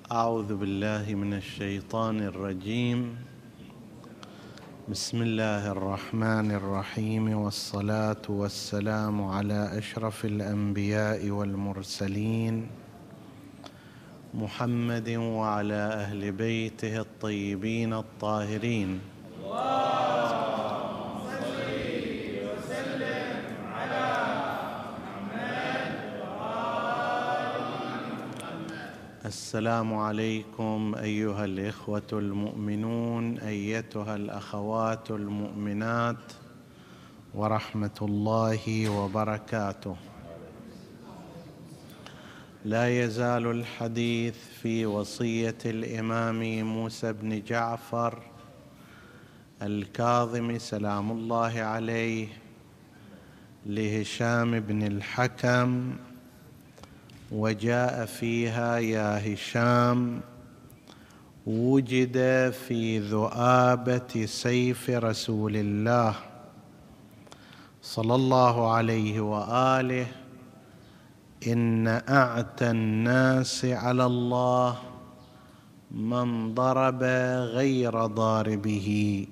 أعوذ بالله من الشيطان الرجيم. بسم الله الرحمن الرحيم، والصلاة والسلام على أشرف الأنبياء والمرسلين محمد وعلى أهل بيته الطيبين الطاهرين. السلام عليكم أيها الإخوة المؤمنون، أيتها الأخوات المؤمنات، ورحمة الله وبركاته. لا يزال الحديث في وصية الإمام موسى بن جعفر الكاظم سلام الله عليه لهشام بن الحكم، وجاء فيها: يا هشام، وجد في ذؤابة سيف رسول الله صلى الله عليه وآله إن أعتى الناس على الله من ضرب غير ضاربه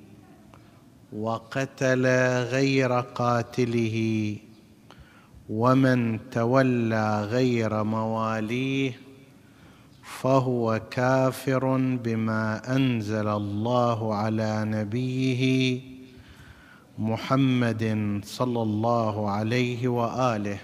وقتل غير قاتله ومن تولى غير مواليه فهو كافر بما أنزل الله على نبيه محمد صلى الله عليه وآله.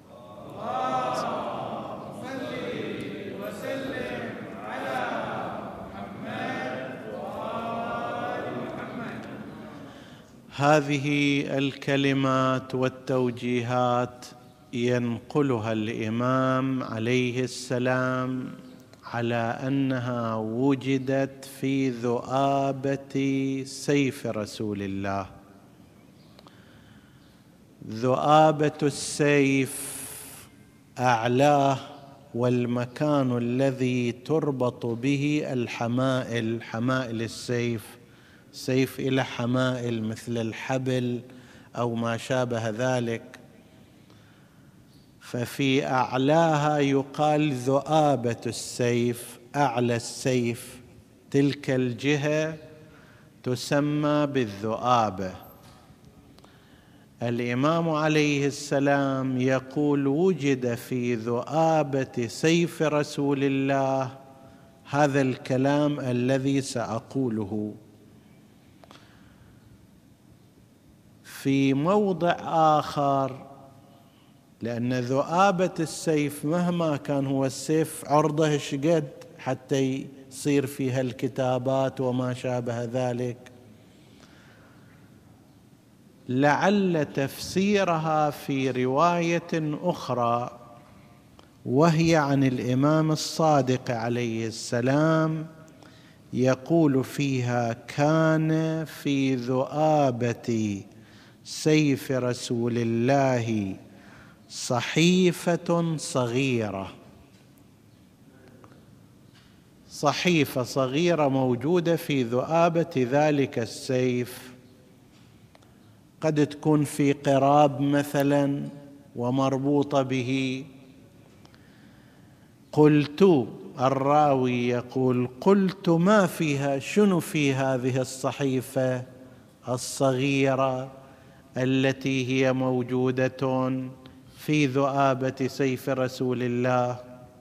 هذه الكلمات والتوجيهات ينقلها الإمام عليه السلام على أنها وجدت في ذؤابة سيف رسول الله. ذؤابة السيف أعلاه والمكان الذي تربط به الحمائل، حمائل السيف، سيف إلى حمائل مثل الحبل أو ما شابه ذلك، ففي أعلاها يقال ذؤابة السيف، أعلى السيف، تلك الجهة تسمى بالذؤابة. الإمام عليه السلام يقول: وجد في ذؤابة سيف رسول الله هذا الكلام الذي سأقوله. في موضع آخر، لأن ذؤابة السيف مهما كان هو السيف عرضه شقد حتى يصير فيها الكتابات وما شابه ذلك، لعل تفسيرها في رواية أخرى وهي عن الإمام الصادق عليه السلام، يقول فيها: كان في ذؤابة سيف رسول الله صحيفة صغيرة، صحيفة صغيرة موجودة في ذؤابة ذلك السيف، قد تكون في قراب مثلا ومربوطة به. قلت، الراوي يقول: قلت ما فيها، شنو في هذه الصحيفة الصغيرة التي هي موجودة في ذؤابة سيف رسول الله؟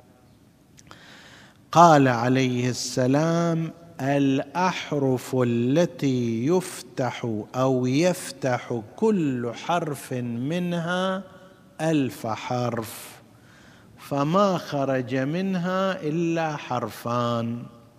قال عليه السلام: الأحرف التي يفتح أو يفتح كل حرف منها 1000 حرف، فما خرج منها إلا حرفان.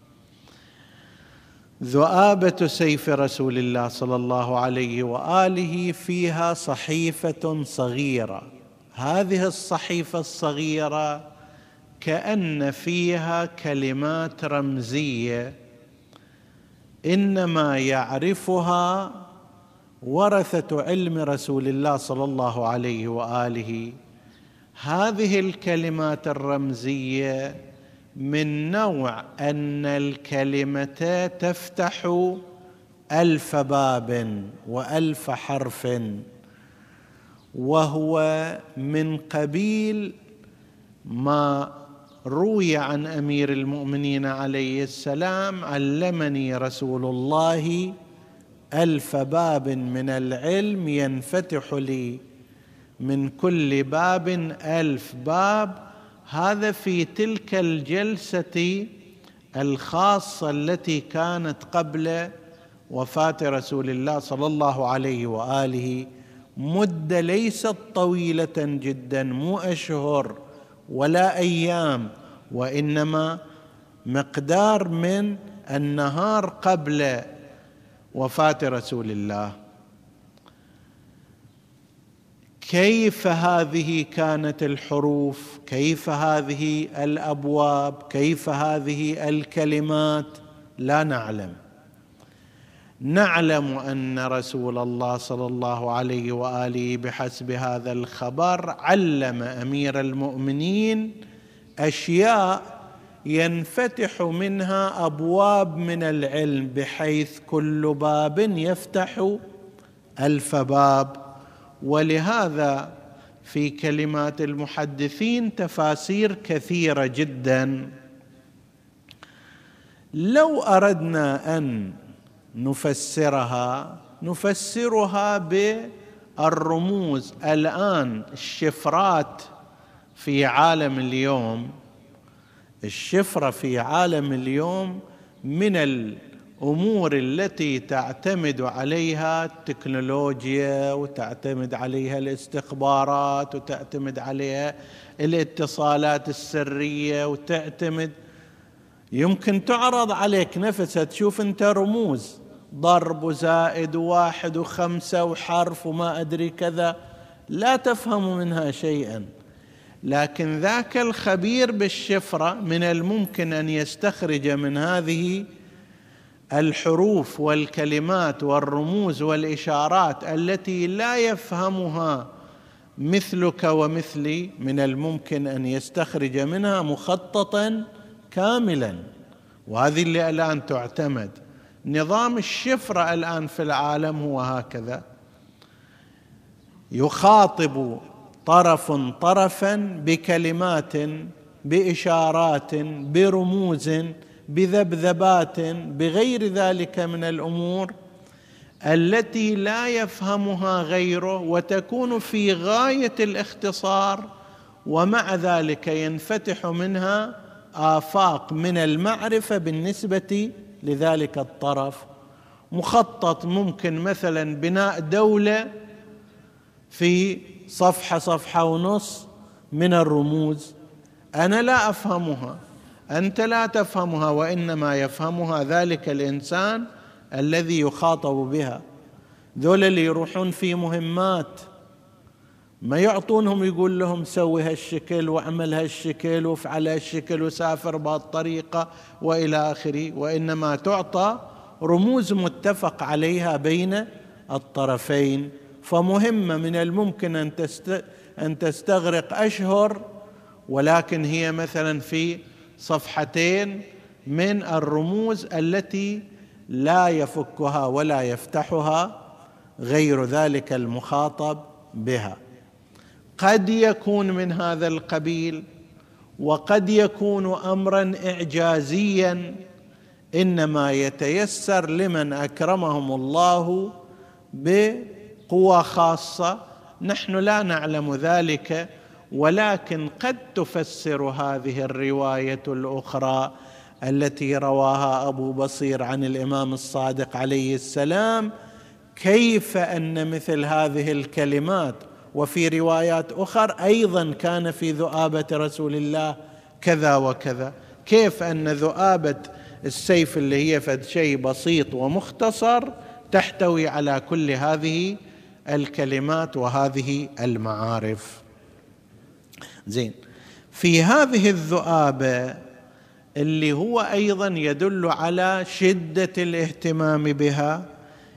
ذؤابة سيف رسول الله صلى الله عليه وآله فيها صحيفة صغيرة، هذه الصحيفة الصغيرة كأن فيها كلمات رمزية إنما يعرفها ورثة علم رسول الله صلى الله عليه وآله. هذه الكلمات الرمزية من نوع أن الكلمة تفتح 1000 باب و1000 حرف، وهو من قبيل ما روي عن أمير المؤمنين عليه السلام: علمني رسول الله 1000 باب من العلم ينفتح لي من كل باب 1000 باب. هذا في تلك الجلسة الخاصة التي كانت قبل وفاة رسول الله صلى الله عليه وآله، مدة ليست طويلة جدا، مو أشهر ولا أيام، وإنما مقدار من النهار قبل وفاة رسول الله. كيف هذه كانت الحروف؟ كيف هذه الأبواب؟ كيف هذه الكلمات؟ لا نعلم. نعلم أن رسول الله صلى الله عليه وآله بحسب هذا الخبر علم أمير المؤمنين أشياء ينفتح منها أبواب من العلم، بحيث كل باب يفتح 1000 باب. ولهذا في كلمات المحدثين تفاسير كثيرة جدا. لو أردنا أن نفسرها بالرموز. الآن الشفرات في عالم اليوم، الشفرة في عالم اليوم من الأمور التي تعتمد عليها التكنولوجيا، وتعتمد عليها الاستخبارات، وتعتمد عليها الاتصالات السرية، وتعتمد يمكن تعرض عليك نفسها تشوف أنت رموز، ضرب وزائد وواحد وخمسة وحرف وما أدري كذا، لا تفهم منها شيئا. لكن ذاك الخبير بالشفرة من الممكن أن يستخرج من هذه الحروف والكلمات والرموز والإشارات التي لا يفهمها مثلك ومثلي، من الممكن أن يستخرج منها مخططا كاملا. وهذه اللي الآن تعتمد. نظام الشفرة الآن في العالم هو هكذا، يخاطب طرف طرفا بكلمات، بإشارات، برموز، بذبذبات، بغير ذلك من الأمور التي لا يفهمها غيره، وتكون في غاية الاختصار، ومع ذلك ينفتح منها آفاق من المعرفة بالنسبة لذلك الطرف. مخطط ممكن مثلا بناء دولة في صفحة ونص من الرموز، أنا لا أفهمها، أنت لا تفهمها، وإنما يفهمها ذلك الإنسان الذي يخاطب بها. ذول اللي يروحون في مهمات ما يعطونهم يقول لهم سوي هالشكل واعمل هالشكل وافعل هالشكل وسافر بهالطريقة وإلى آخره، وإنما تعطى رموز متفق عليها بين الطرفين. فمهمة من الممكن أن تستغرق أشهر، ولكن هي مثلا في صفحتين من الرموز التي لا يفكها ولا يفتحها غير ذلك المخاطب بها. قد يكون من هذا القبيل، وقد يكون أمرا إعجازيا إنما يتيسر لمن أكرمهم الله بقوى خاصة، نحن لا نعلم ذلك. ولكن قد تفسر هذه الرواية الأخرى التي رواها أبو بصير عن الإمام الصادق عليه السلام، كيف أن مثل هذه الكلمات، وفي روايات أخرى أيضا كان في ذؤابة رسول الله كذا وكذا، كيف أن ذؤابة السيف اللي هي فد شيء بسيط ومختصر تحتوي على كل هذه الكلمات وهذه المعارف. زين، في هذه الذؤابة اللي هو أيضا يدل على شدة الاهتمام بها،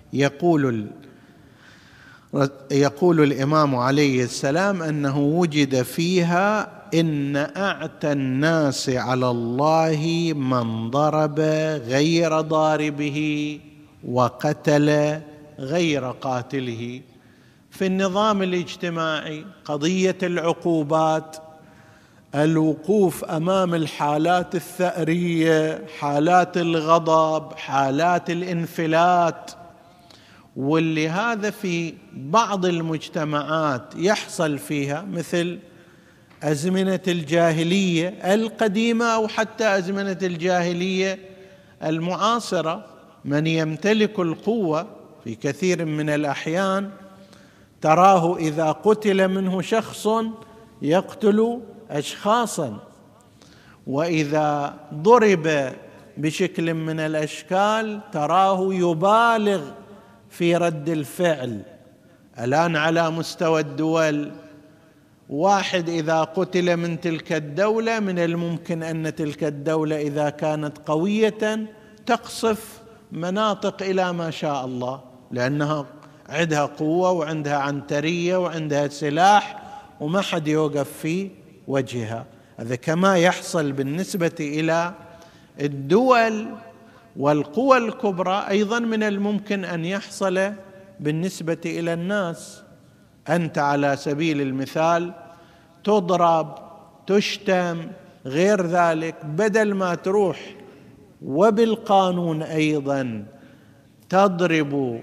يقول الإمام عليه السلام أنه وجد فيها: إن أعتى الناس على الله من ضرب غير ضاربه وقتل غير قاتله. في النظام الاجتماعي قضية العقوبات الوقوف أمام الحالات الثأرية، حالات الغضب، حالات الانفلات، واللي هذا في بعض المجتمعات يحصل فيها، مثل أزمنة الجاهلية القديمة أو حتى أزمنة الجاهلية المعاصرة. من يمتلك القوة في كثير من الأحيان تراه إذا قتل منه شخص يقتل أشخاصا، وإذا ضرب بشكل من الأشكال تراه يبالغ في رد الفعل. الآن على مستوى الدول، واحد إذا قتل من تلك الدولة من الممكن أن تلك الدولة إذا كانت قوية تقصف مناطق إلى ما شاء الله، لأنها عندها قوة وعندها عنترية وعندها سلاح وما حد يوقف في وجهها. هذا كما يحصل بالنسبة إلى الدول والقوى الكبرى، أيضا من الممكن أن يحصل بالنسبة إلى الناس. أنت على سبيل المثال تضرب، تشتم، غير ذلك، بدل ما تروح وبالقانون أيضا تضرب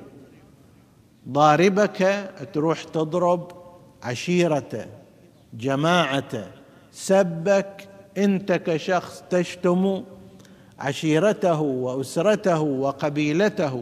ضاربك، تروح تضرب عشيرته، جماعته، سبك، أنت كشخص تشتم عشيرته وأسرته وقبيلته،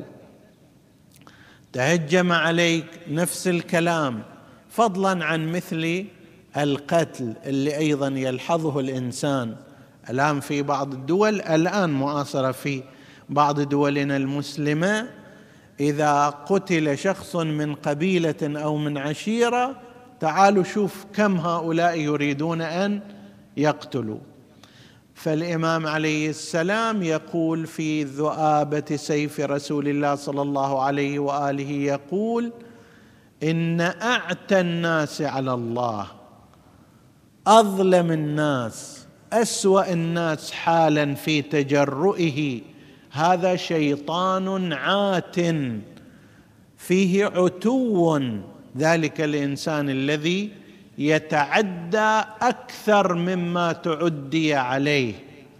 تهجم عليك نفس الكلام، فضلا عن مثل القتل اللي أيضا يلحظه الإنسان الآن في بعض الدول الآن معاصرة في بعض دولنا المسلمة. إذا قتل شخص من قبيلة أو من عشيرة، تعالوا شوف كم هؤلاء يريدون أن يقتلوا. فالإمام عليه السلام يقول في ذؤابة سيف رسول الله صلى الله عليه وآله، يقول: إن أعتى الناس على الله، أظلم الناس، أسوأ الناس حالا في تجرؤه، هذا شيطان عات فيه عتو، ذلك الإنسان الذي يتعدى أكثر مما تعدي عليه،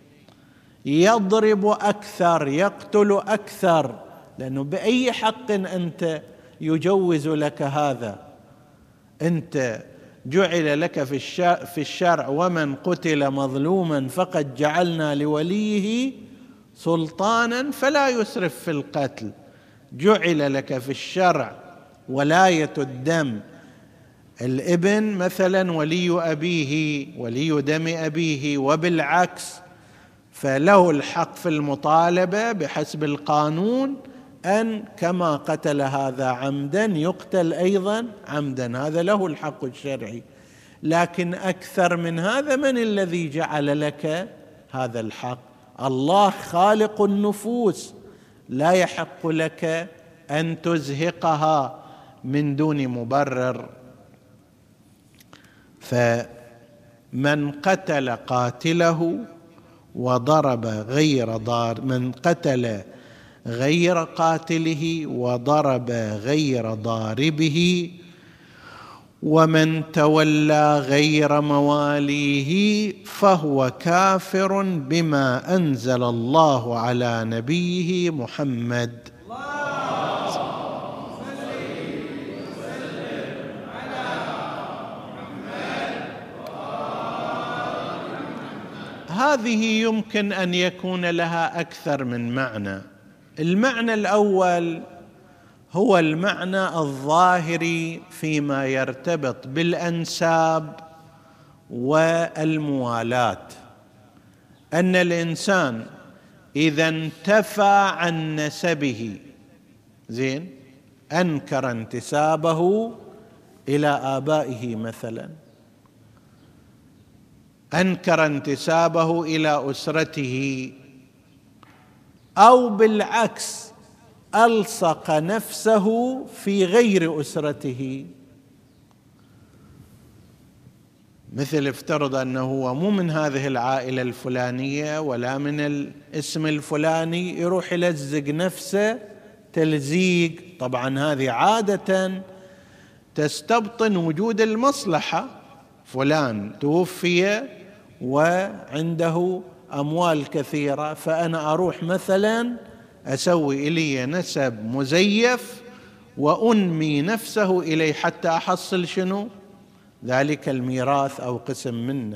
يضرب أكثر، يقتل أكثر، لأنه بأي حق أنت يجوز لك هذا؟ أنت جعل لك في الشرع: ومن قتل مظلوما فقد جعلنا لوليه سلطانا فلا يسرف في القتل. جعل لك في الشرع ولاية الدم، الابن مثلا ولي أبيه، ولي دم أبيه، وبالعكس فله الحق في المطالبة بحسب القانون أن كما قتل هذا عمدا يقتل أيضا عمدا، هذا له الحق الشرعي. لكن أكثر من هذا، من الذي جعل لك هذا الحق؟ الله خالق النفوس، لا يحق لك أن تزهقها من دون مبرر. فمن قتل قاتله وضرب غير من قتل غير قاتله وضرب غير ضاربه، ومن تولى غير مواليه، فهو كافر بما أنزل الله على نبيه محمد. هذه يمكن أن يكون لها أكثر من معنى. المعنى الأول هو المعنى الظاهري فيما يرتبط بالأنساب والموالاة، أن الإنسان إذا انتفى عن نسبه، أنكر انتسابه إلى آبائه مثلا، أنكر انتسابه إلى أسرته، أو بالعكس ألصق نفسه في غير أسرته، مثل افترض أنه هو مو من هذه العائلة الفلانية ولا من الاسم الفلاني، يروح يلزق نفسه تلزيق. طبعا هذه عادة تستبطن وجود المصلحة، فلان توفي وعنده أموال كثيرة، فأنا أروح مثلا أسوي إلي نسب مزيف وأنمي نفسه إليه حتى أحصل شنو؟ ذلك الميراث أو قسم منه،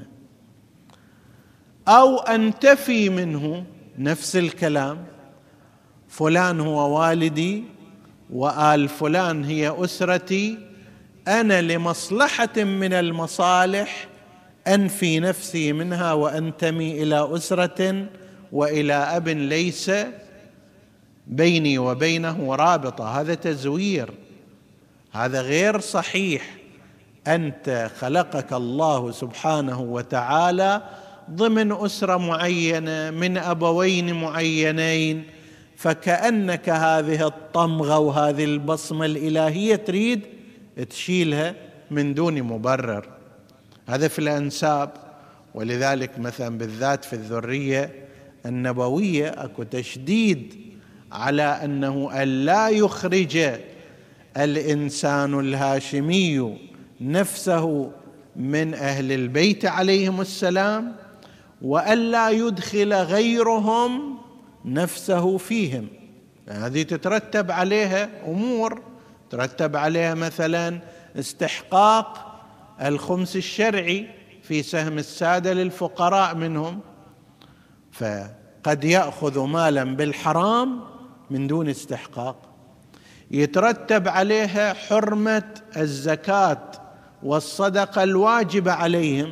أو أنتفي منه. نفس الكلام، فلان هو والدي وآل فلان هي أسرتي، أنا لمصلحة من المصالح أنفي نفسي منها وأنتمي إلى أسرة وإلى أب ليس بيني وبينه رابطة. هذا تزوير، هذا غير صحيح. أنت خلقك الله سبحانه وتعالى ضمن أسرة معينة من أبوين معينين، فكأنك هذه الطمغة وهذه البصمة الإلهية تريد تشيلها من دون مبرر. هذا في الأنساب. ولذلك مثلا بالذات في الذرية النبوية أكو تشديد على أنه ألا يخرج الإنسان الهاشمي نفسه من أهل البيت عليهم السلام، وألا يدخل غيرهم نفسه فيهم. هذه تترتب عليها أمور، ترتب عليها مثلا استحقاق الخمس الشرعي في سهم السادة للفقراء منهم، فقد يأخذ مالا بالحرام من دون استحقاق. يترتب عليها حرمة الزكاة والصدقة الواجبة عليهم،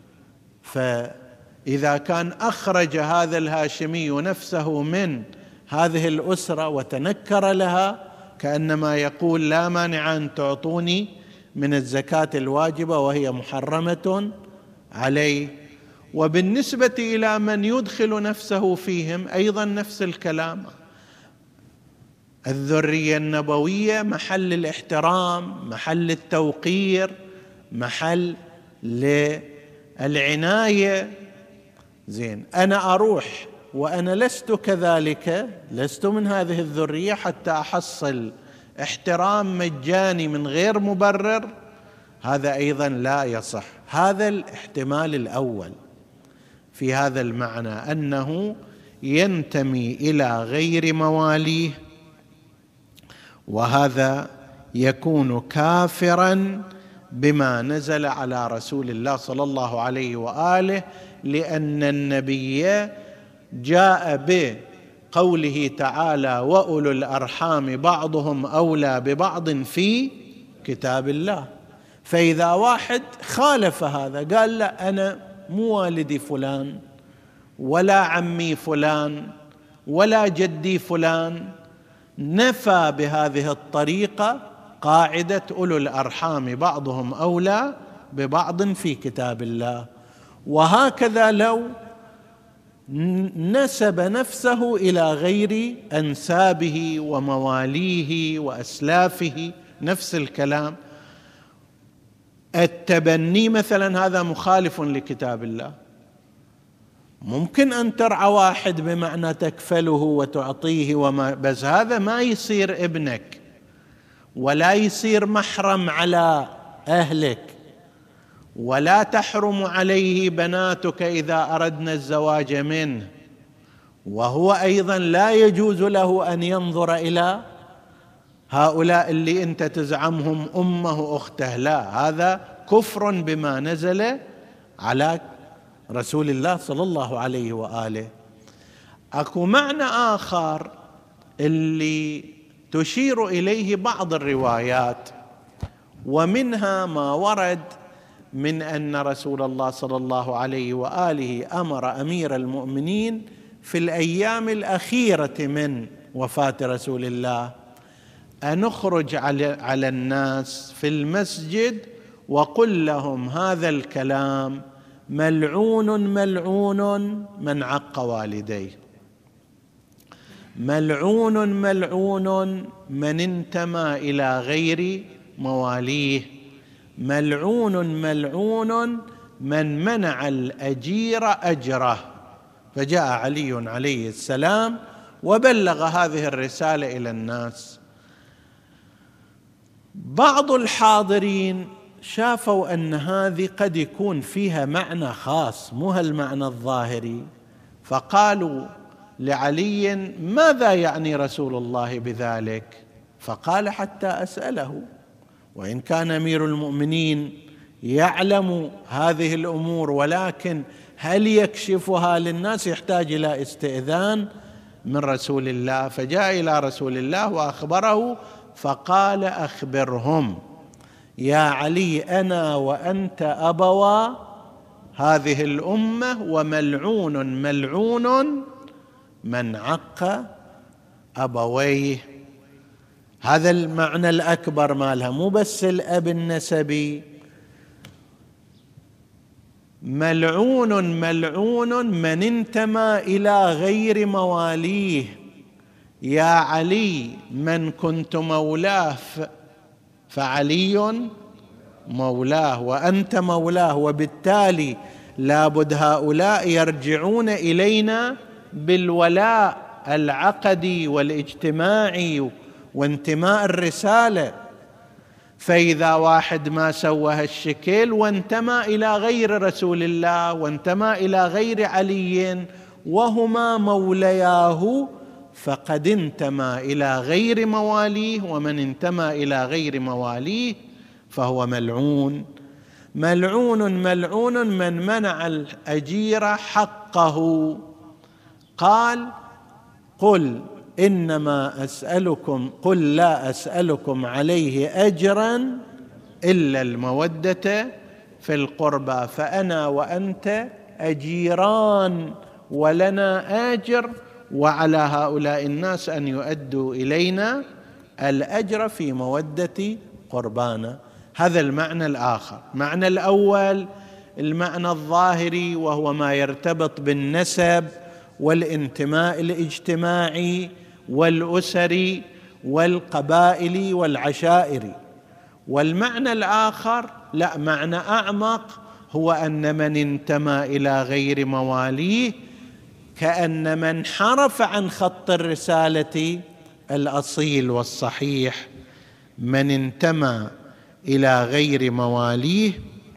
فإذا كان أخرج هذا الهاشمي نفسه من هذه الأسرة وتنكر لها، كأنما يقول لا مانع أن تعطوني من الزكاة الواجبة وهي محرمة عليه. وبالنسبة إلى من يدخل نفسه فيهم أيضا نفس الكلام. الذرية النبوية محل الاحترام، محل التوقير، محل للعناية. زين، أنا أروح وأنا لست كذلك، لست من هذه الذرية حتى أحصل احترام مجاني من غير مبرر، هذا أيضا لا يصح. هذا الاحتمال الأول في هذا المعنى، أنه ينتمي إلى غير مواليه، وهذا يكون كافرا بما نزل على رسول الله صلى الله عليه وآله، لأن النبي جاء بقوله تعالى وأولو الأرحام بعضهم أولى ببعض في كتاب الله. فإذا واحد خالف هذا، قال لا أنا مو والدي فلان ولا عمي فلان ولا جدي فلان، نفى بهذه الطريقة قاعدة أولو الأرحام بعضهم أولى ببعض في كتاب الله. وهكذا لو نسب نفسه إلى غير أنسابه ومواليه وأسلافه، نفس الكلام. التبني مثلا هذا مخالف لكتاب الله. ممكن أن ترعى واحد بمعنى تكفله وتعطيه وما، بس هذا ما يصير ابنك ولا يصير محرم على أهلك، ولا تحرم عليه بناتك إذا أردنا الزواج منه، وهو أيضا لا يجوز له أن ينظر إلى هؤلاء اللي أنت تزعمهم أمه أخته. لا، هذا كفر بما نزل على رسول الله صلى الله عليه وآله. أكو معنى آخر اللي تشير إليه بعض الروايات، ومنها ما ورد من أن رسول الله صلى الله عليه وآله أمر أمير المؤمنين في الأيام الأخيرة من وفاة رسول الله أن نخرج على الناس في المسجد وقل لهم هذا الكلام: ملعون ملعون من عق والديه، ملعون ملعون من انتمى إلى غير مواليه، ملعون ملعون من منع الأجير أجره. فجاء علي عليه السلام وبلغ هذه الرسالة إلى الناس. بعض الحاضرين شافوا أن هذه قد يكون فيها معنى خاص مو هالمعنى الظاهري، فقالوا لعلي: ماذا يعني رسول الله بذلك؟ فقال: حتى أسأله. وإن كان أمير المؤمنين يعلم هذه الأمور، ولكن هل يكشفها للناس يحتاج إلى استئذان من رسول الله، فجاء إلى رسول الله وأخبره، فقال: أخبرهم يا علي أنا وأنت أبوا هذه الأمة، وملعون ملعون من عق أبويه. هذا المعنى الأكبر مالها، مو بس الأب النسبي. ملعون ملعون من انتمى إلى غير مواليه. يا علي من كنت مولاه فعلي مولاه وأنت مولاه، وبالتالي لابد هؤلاء يرجعون إلينا بالولاء العقدي والاجتماعي وانتماء الرسالة. فإذا واحد ما سوى هالشكل وانتمى إلى غير رسول الله وانتمى إلى غير علي وهما مولياه، فقد انتمى إلى غير مواليه، ومن انتمى إلى غير مواليه فهو ملعون. ملعون ملعون من منع الأجير حقه. قال: قل إنما أسألكم، قل لا أسألكم عليه أجرا إلا المودة في القربى، فأنا وأنت أجيران ولنا آجر، وعلى هؤلاء الناس أن يؤدوا إلينا الأجر في مودة قربانا. هذا المعنى الآخر. معنى الأول المعنى الظاهري، وهو ما يرتبط بالنسب والانتماء الاجتماعي والأسري والقبائلي والعشائري. والمعنى الآخر لا، معنى أعمق، هو أن من انتمى إلى غير مواليه كأن من انحرف عن خط الرسالة الأصيل والصحيح. من انتمى إلى غير مواليه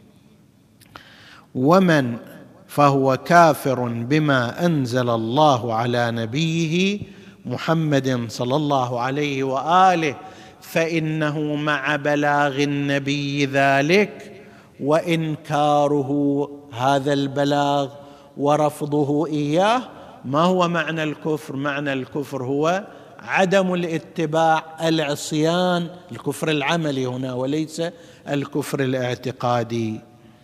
ومن فهو كافر بما أنزل الله على نبيه محمد صلى الله عليه وآله، فإنه مع بلاغ النبي ذلك وإنكاره هذا البلاغ ورفضه إياه. ما هو معنى الكفر؟ معنى الكفر هو عدم الاتباع، العصيان، الكفر العملي هنا وليس الكفر الاعتقادي.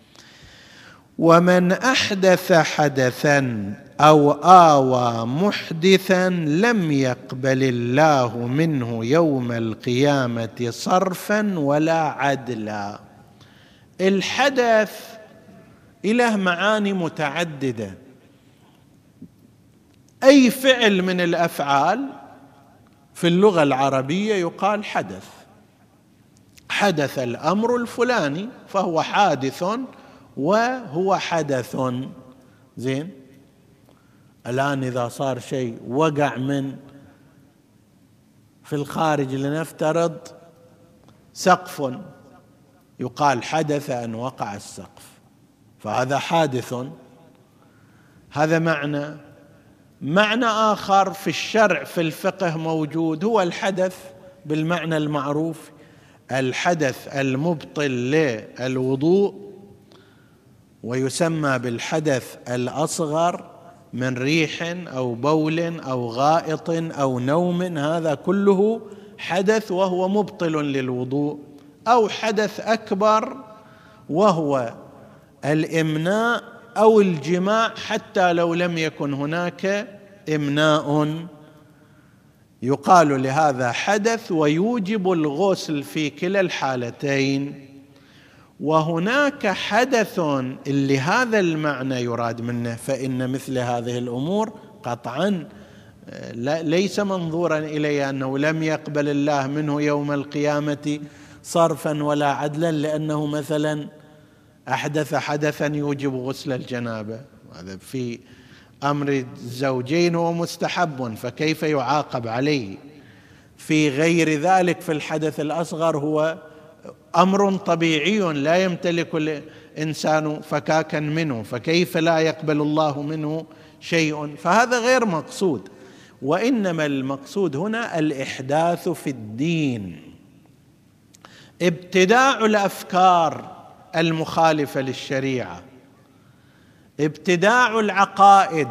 ومن أحدث حدثا أو آوى محدثا لم يقبل الله منه يوم القيامة صرفا ولا عدلا. الحدث له معاني متعددة. أي فعل من الأفعال في اللغة العربية يقال حدث. حدث الأمر الفلاني فهو حادث وهو حدث. زين، الآن إذا صار شيء وقع من في الخارج، لنفترض سقف، يقال حدث أن وقع السقف، فهذا حادث. هذا معنى آخر في الشرع في الفقه موجود، هو الحدث بالمعنى المعروف، الحدث المبطل للوضوء، ويسمى بالحدث الأصغر من ريح أو بول أو غائط أو نوم. هذا كله حدث وهو مبطل للوضوء. أو حدث أكبر وهو الإمناء أو الجماع، حتى لو لم يكن هناك إمناء يقال لهذا حدث ويوجب الغسل في كلا الحالتين. وهناك حدث اللي هذا المعنى يراد منه، فإن مثل هذه الأمور قطعا ليس منظورا إليه أنه لم يقبل الله منه يوم القيامة صرفا ولا عدلا، لأنه مثلا أحدث حدثا يوجب غسل الجنابة. هذا في أمر الزوجين هو مستحب، فكيف يعاقب عليه؟ في غير ذلك في الحدث الأصغر هو أمر طبيعي لا يمتلك الإنسان فكاكا منه، فكيف لا يقبل الله منه شيء؟ فهذا غير مقصود، وإنما المقصود هنا الإحداث في الدين، ابتداع الأفكار المخالفة للشريعة، ابتداع العقائد.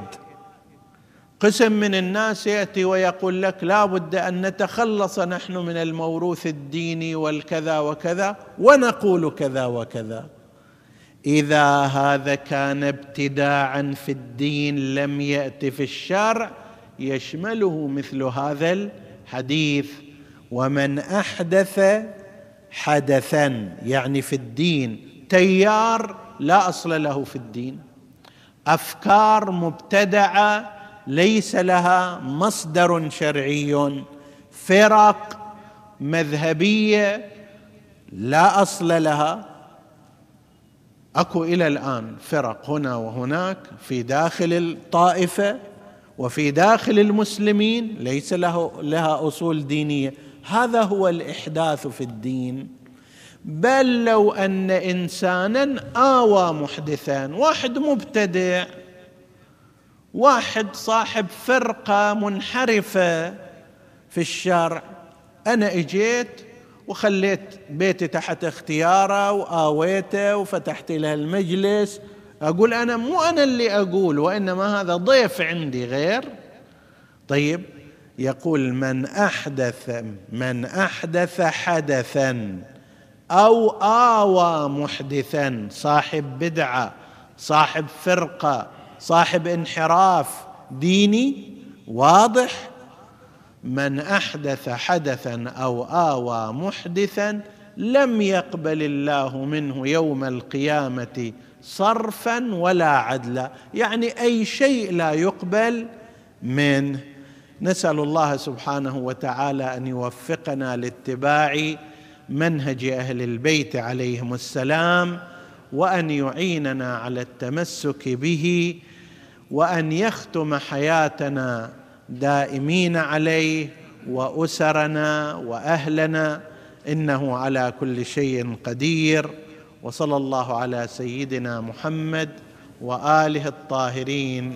قسم من الناس يأتي ويقول لك لا بد أن نتخلص نحن من الموروث الديني والكذا وكذا ونقول كذا وكذا. إذا هذا كان ابتداعا في الدين لم يأتي في الشرع يشمله مثل هذا الحديث: ومن أحدث حدثا، يعني في الدين تيار لا أصل له في الدين، أفكار مبتدعة ليس لها مصدر شرعي، فرق مذهبية لا أصل لها. أكو إلى الآن فرق هنا وهناك في داخل الطائفة وفي داخل المسلمين ليس لها أصول دينية. هذا هو الإحداث في الدين. بل لو أن إنسانا آوى محدثا، واحد مبتدع، واحد صاحب فرقة منحرفة في الشرع، أنا إجيت وخليت بيتي تحت اختياره وآويته وفتحت له المجلس، أقول أنا مو أنا اللي أقول، وإنما هذا ضيف عندي غير. طيب، يقول من أحدث حدثا أو آوى محدثا، صاحب بدعة، صاحب فرقة، صاحب انحراف ديني واضح، من أحدث حدثا أو آوى محدثا لم يقبل الله منه يوم القيامة صرفا ولا عدلا، يعني أي شيء لا يقبل منه. نسأل الله سبحانه وتعالى أن يوفقنا لاتباع منهج أهل البيت عليهم السلام، وأن يعيننا على التمسك به، وأن يختم حياتنا دائمين عليه، وأسرنا وأهلنا، إنه على كل شيء قدير. وصلى الله على سيدنا محمد وآله الطاهرين